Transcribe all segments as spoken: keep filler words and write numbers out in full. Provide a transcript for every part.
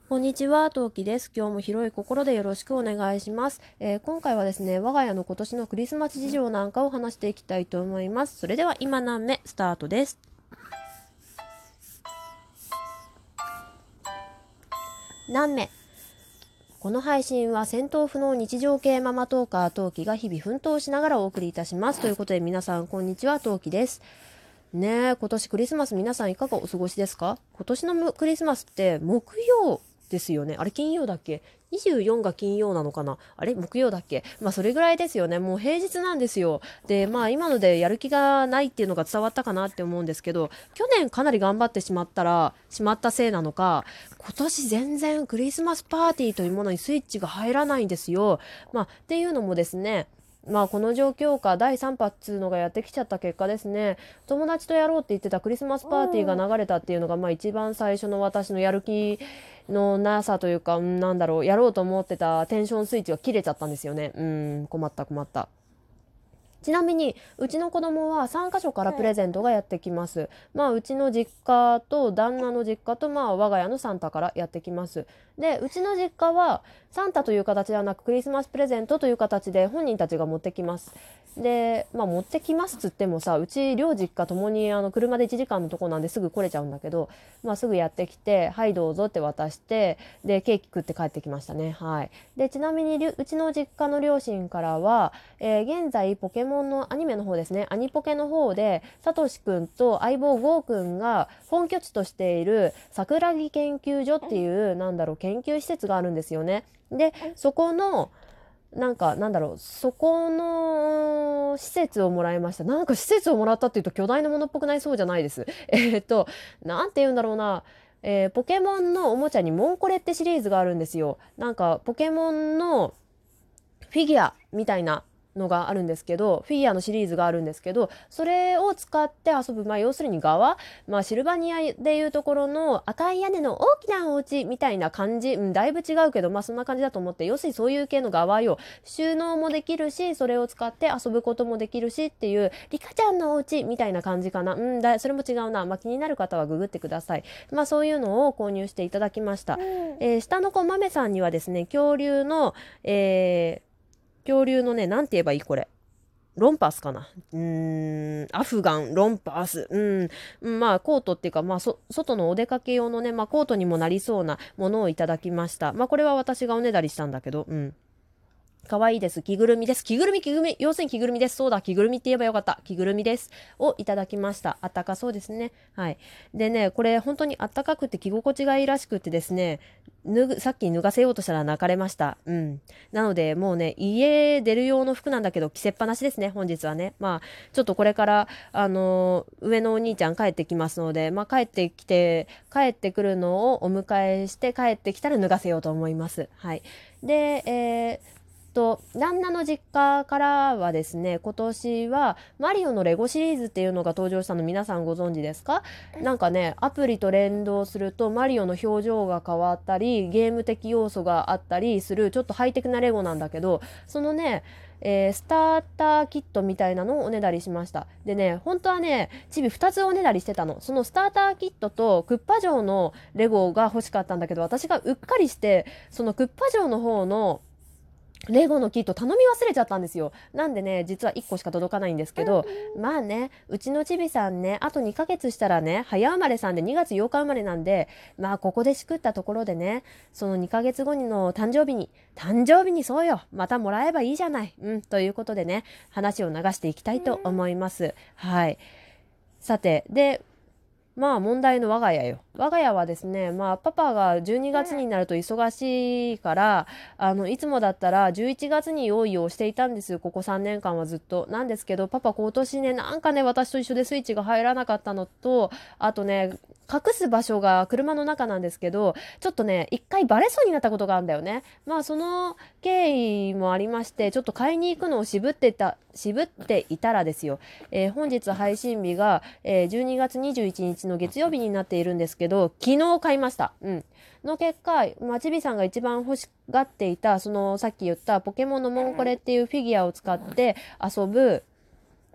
こんにちは、トウキです。今日も広い心でよろしくお願いします。えー今回はですね、我が家の今年のクリスマス事情なんかを話していきたいと思います。それでは今何目スタートです。何目この配信は戦闘不能日常系ママトーカートウキが日々奮闘しながらお送りいたします。ということで皆さんこんにちは、トウキです。ねえ、今年クリスマス皆さんいかがお過ごしですか？今年のむクリスマスって木曜ですよね。あれ金曜だっけ？ にじゅうよっか が金曜なのかな？あれ木曜だっけ？まあそれぐらいですよね。もう平日なんですよ。で、まあ今のでやる気がないっていうのが伝わったかなって思うんですけど、去年かなり頑張ってしまったら、しまったせいなのか、今年全然クリスマスパーティーというものにスイッチが入らないんですよ。まあっていうのもですね、まあこの状況下だいさん波っつうのがやってきちゃった結果ですね、友達とやろうって言ってたクリスマスパーティーが流れたっていうのが、まあ一番最初の私のやる気のなさというか、うん、なんだろう、やろうと思ってたテンションスイッチが切れちゃったんですよね。うん、困った困った。ちなみにうちの子供はさん箇所からプレゼントがやってきます。まあうちの実家と旦那の実家と、まあ我が家のサンタからやってきます。でうちの実家はサンタという形ではなくクリスマスプレゼントという形で本人たちが持ってきます。でまあ持ってきますっつってもさ、うち両実家ともにあの車でいちじかんのとこなんですぐ来れちゃうんだけど、まあすぐやってきて、はいどうぞって渡して、でケーキ食って帰ってきましたね。はい。でちなみにうちの実家の両親からは、えー現在ポケモンのアニメの方ですね、アニポケの方でサトシくんと相棒ゴーくんが本拠地としている桜木研究所っていうなんだろう研究施設があるんですよね。でそこのなんかなんだろうそこの施設をもらいました。なんか施設をもらったっていうと巨大なものっぽくない？そうじゃないです。えーっとなんて言うんだろうな、えーポケモンのおもちゃにモンコレってシリーズがあるんですよ。なんかポケモンのフィギュアみたいなのがあるんですけど、フィギュアのシリーズがあるんですけど、それを使って遊ぶ、まあ要するに側、まあシルバニアでいうところの赤い屋根の大きなお家みたいな感じ、うん、だいぶ違うけど、まあそんな感じだと思って、要するにそういう系の側よ。収納もできるし、それを使って遊ぶこともできるしっていう、リカちゃんのお家みたいな感じかな。うん、だ、それも違うな。まあ気になる方はググってください。まあそういうのを購入していただきました。えー下の子豆さんにはですね、恐竜の、えー恐竜のね、なんて言えばいいこれ。ロンパースかな。うーん、アフガン、ロンパース。うん、まあ、コートっていうか、まあ、そ、外のお出かけ用のね、まあ、コートにもなりそうなものをいただねました。まあ、これは私がおねだりしたんだけど、うん。可愛いです。着ぐるみです。着ぐるみ、着ぐるみ。要するに着ぐるみです。そうだ、着ぐるみって言えばよかった。着ぐるみです。をいただきました。あったかそうですね。はい。でね、これ本当にあったかくて着心地がいいらしくてですね、脱ぐ、さっき脱がせようとしたら泣かれました。うん。なので、もうね、家出る用の服なんだけど、着せっぱなしですね、本日はね。まあ、ちょっとこれから、あのー上のお兄ちゃん帰ってきますので、まあ、帰ってきて、帰ってくるのをお迎えして、帰ってきたら脱がせようと思います。はい。で、えーと旦那の実家からはですね、今年はマリオのレゴシリーズっていうのが登場したの皆さんご存知ですか？なんかね、アプリと連動するとマリオの表情が変わったりゲーム的要素があったりするちょっとハイテクなレゴなんだけど、そのね、えースターターキットみたいなのをおねだりしました。でね、本当はねチビふたつおねだりしてたの。そのスターターキットとクッパ城のレゴが欲しかったんだけど、私がうっかりしてそのクッパ城の方のレゴのキット頼み忘れちゃったんですよ。なんでね、実はいっこしか届かないんですけど、まあね、うちのちびさんね、あとにかげつしたらね、早生まれさんでにがつようか生まれなんで、まあここでしくったところでね、そのにかげつごの誕生日に、誕生日にそうよ、またもらえばいいじゃない。うん、ということでね、話を流していきたいと思います。はい。さて、で、まあ問題の我が家よ。我が家はですね、まあパパがじゅうにがつになると忙しいから、あの、いつもだったらじゅういちがつに用意をしていたんですよ。ここさんねんかんはずっと。なんですけど、パパ今年ね、なんかね、私と一緒でスイッチが入らなかったのと、あとね、隠す場所が車の中なんですけど、ちょっとね、一回バレそうになったことがあるんだよね。まあその経緯もありまして、ちょっと買いに行くのを渋ってた、渋っていたらですよ。えー本日配信日が、えーじゅうにがつにじゅういちにちの月曜日になっているんですけど、昨日買いました。うん。の結果、まちびさんが一番欲しがっていた、そのさっき言ったポケモンのモンコレっていうフィギュアを使って遊ぶ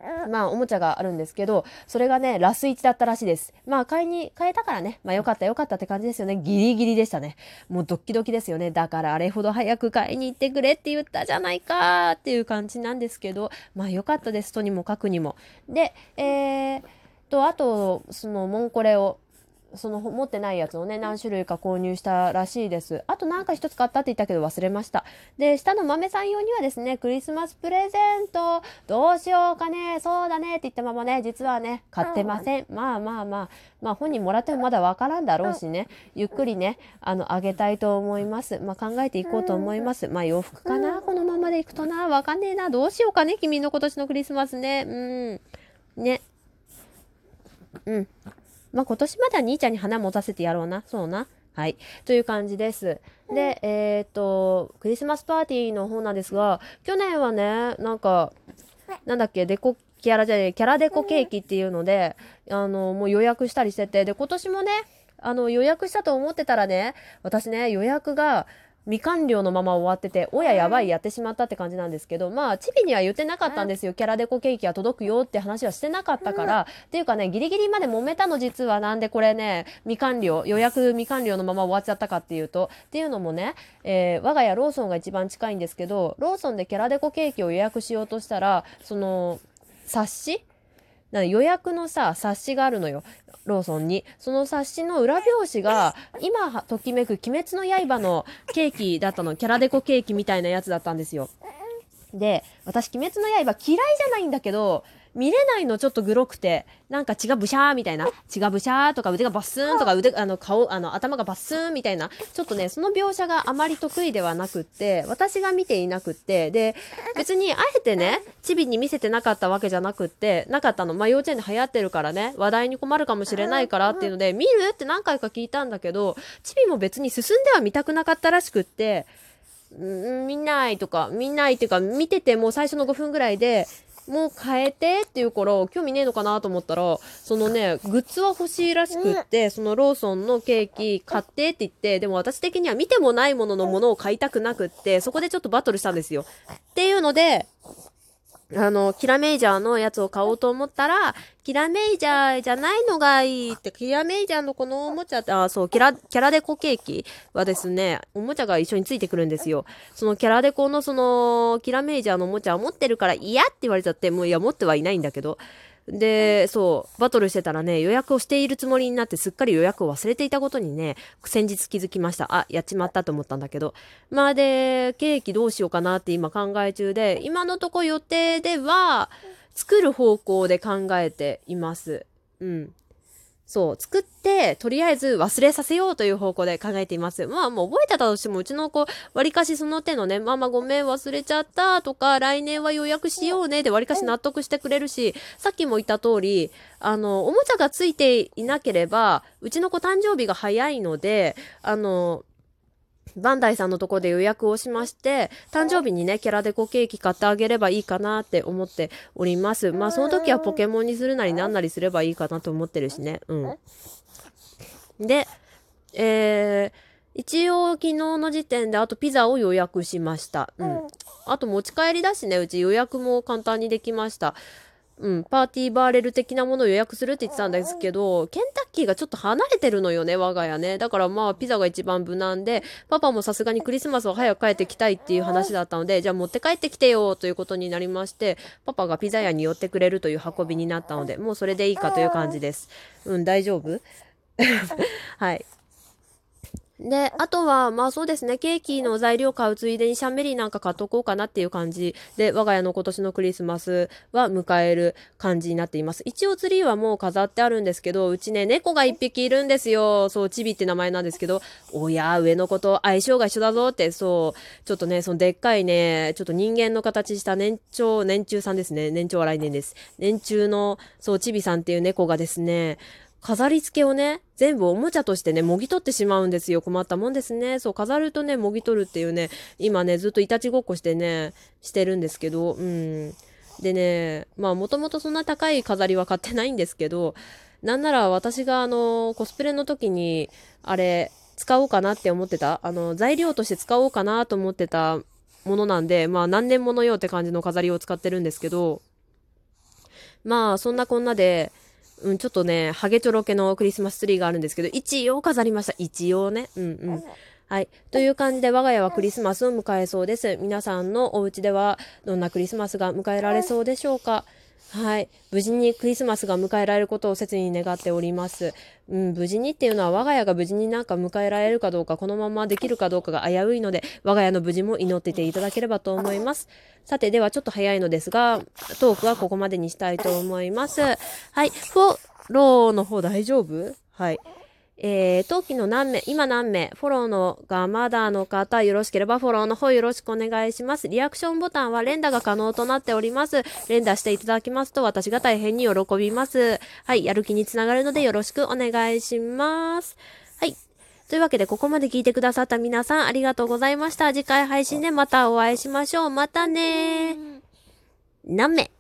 まあおもちゃがあるんですけど、それがねラスいちだったらしいです。まあ買いに変えたからね、まあよかったよかったって感じですよね。ギリギリでしたね。もうドッキドキですよね。だからあれほど早く買いに行ってくれって言ったじゃないかっていう感じなんですけど、まあよかったです、とにもかくにも。でえー、とあとそのモンコレをその持ってないやつをね何種類か購入したらしいです。あとなんか一つ買ったって言ったけど忘れました。で下の豆さん用にはですね、クリスマスプレゼントどうしようかね、そうだねって言ったままね実はね買ってません。まあまあまあまあ本人もらってもまだわからんだろうしね、ゆっくりねあのあげたいと思います。まあ考えていこうと思います。まあ洋服かな、このままでいくとな、わかんねえな、どうしようかね君の今年のクリスマスね。うんね、うんまあ今年までは兄ちゃんに花持たせてやろうな。そうな。はい。という感じです。で、えーっと、クリスマスパーティーの方なんですが、去年はね、なんか、なんだっけ、デコキャラじゃねえ、キャラデコケーキっていうので、あの、もう予約したりしてて、で、今年もね、あの、予約したと思ってたらね、私ね、予約が、未完了のまま終わってて、おややばい、やってしまったって感じなんですけど、まあチビには言ってなかったんですよ。キャラデコケーキは届くよって話はしてなかったから、っていうかねギリギリまで揉めたの。実はなんでこれね未完了、予約未完了のまま終わっちゃったかっていうと、っていうのもね、えー我が家ローソンが一番近いんですけど、ローソンでキャラデコケーキを予約しようとしたら、その冊子な予約のさ冊子があるのよ、ローソンに。その冊子の裏表紙が今ときめく鬼滅の刃のケーキだったの。キャラデコケーキみたいなやつだったんですよ。で私鬼滅の刃嫌いじゃないんだけど、見れないの。ちょっとグロくて、なんか血がブシャーみたいな、血がブシャーとか腕がバッスーンとか腕あの顔あの頭がバッスーンみたいな、ちょっとねその描写があまり得意ではなくって、私が見ていなくって、で別にあえてねチビに見せてなかったわけじゃなくってなかったの。まあ幼稚園で流行ってるからね、話題に困るかもしれないからっていうので見るって何回か聞いたんだけど、チビも別に進んでは見たくなかったらしくって、ん見ないとか見ないっていうか、見ててもう最初のごふんぐらいでもう変えてっていうから興味ねえのかなと思ったら、そのねグッズは欲しいらしくって、そのローソンのケーキ買ってって言って、でも私的には見てもないもののものを買いたくなくって、そこでちょっとバトルしたんですよ。っていうのであの、キラメイジャーのやつを買おうと思ったら、キラメイジャーじゃないのがいいって、キラメイジャーのこのおもちゃって、あ、そう、キラ、キャラデコケーキはですね、おもちゃが一緒についてくるんですよ。そのキャラデコのその、キラメイジャーのおもちゃを持ってるから嫌って言われちゃって、もういや、持ってはいないんだけど。で、そう、バトルしてたらね、予約をしているつもりになってすっかり予約を忘れていたことにね、先日気づきました。あ、やっちまったと思ったんだけど。まあで、ケーキどうしようかなって今考え中で、今のとこ予定では、作る方向で考えています。うん。そう、作って、とりあえず忘れさせようという方向で考えています。まあもう覚えてたとしても、うちの子、わりかしその手のね、ママごめん忘れちゃったとか、来年は予約しようねでわりかし納得してくれるし、さっきも言った通り、あの、おもちゃがついていなければ、うちの子誕生日が早いので、あの、バンダイさんのところで予約をしまして、誕生日にねキャラデコケーキ買ってあげればいいかなって思っております。まあその時はポケモンにするなりなんなりすればいいかなと思ってるしね。うんで、えー、一応昨日の時点であとピザを予約しました。うんあと持ち帰りだしね、うち予約も簡単にできました。うん、パーティーバーレル的なものを予約するって言ってたんですけど、ケンタッキーがちょっと離れてるのよね、我が家ね。だからまあピザが一番無難で、パパもさすがにクリスマスは早く帰ってきたいっていう話だったので、じゃあ持って帰ってきてよということになりまして、パパがピザ屋に寄ってくれるという運びになったので、もうそれでいいかという感じです。うん、大丈夫はい。で、あとは、まあそうですね、ケーキの材料買うついでにシャンメリーなんか買っとこうかなっていう感じで、我が家の今年のクリスマスは迎える感じになっています。一応ツリーはもう飾ってあるんですけど、うちね、猫が一匹いるんですよ。そう、チビって名前なんですけど、おや、上の子と相性が一緒だぞって、そう、ちょっとね、そのでっかいね、ちょっと人間の形した年長、年中さんですね。年長は来年です。年中の、そう、チビさんっていう猫がですね、飾り付けをね、全部おもちゃとしてね、もぎ取ってしまうんですよ。困ったもんですね。そう、飾るとね、もぎ取るっていうね、今ね、ずっといたちごっこしてね、してるんですけど、うん。でね、まあ、もともとそんな高い飾りは買ってないんですけど、なんなら私があの、コスプレの時に、あれ、使おうかなって思ってた、あの、材料として使おうかなと思ってたものなんで、まあ、何年ものよって感じの飾りを使ってるんですけど、 まあそんなこんなで、うん、ちょっとねハゲチョロ系のクリスマスツリーがあるんですけど、一応飾りました。一応ね。うんうん。はい。という感じで我が家はクリスマスを迎えそうです。皆さんのお家ではどんなクリスマスが迎えられそうでしょうか。はい。無事にクリスマスが迎えられることを切に願っております。うん、無事にっていうのは我が家が無事になんか迎えられるかどうか、このままできるかどうかが危ういので、我が家の無事も祈ってていただければと思います。さて、ではちょっと早いのですが、トークはここまでにしたいと思います。はい。フォローの方大丈夫？はい。えー、当期の何名、今何名、フォローのがまだの方、よろしければフォローの方よろしくお願いします。リアクションボタンは連打が可能となっております。連打していただきますと私が大変に喜びます。はい、やる気につながるのでよろしくお願いします。はい。というわけでここまで聞いてくださった皆さんありがとうございました。次回配信でまたお会いしましょう。またねー。何名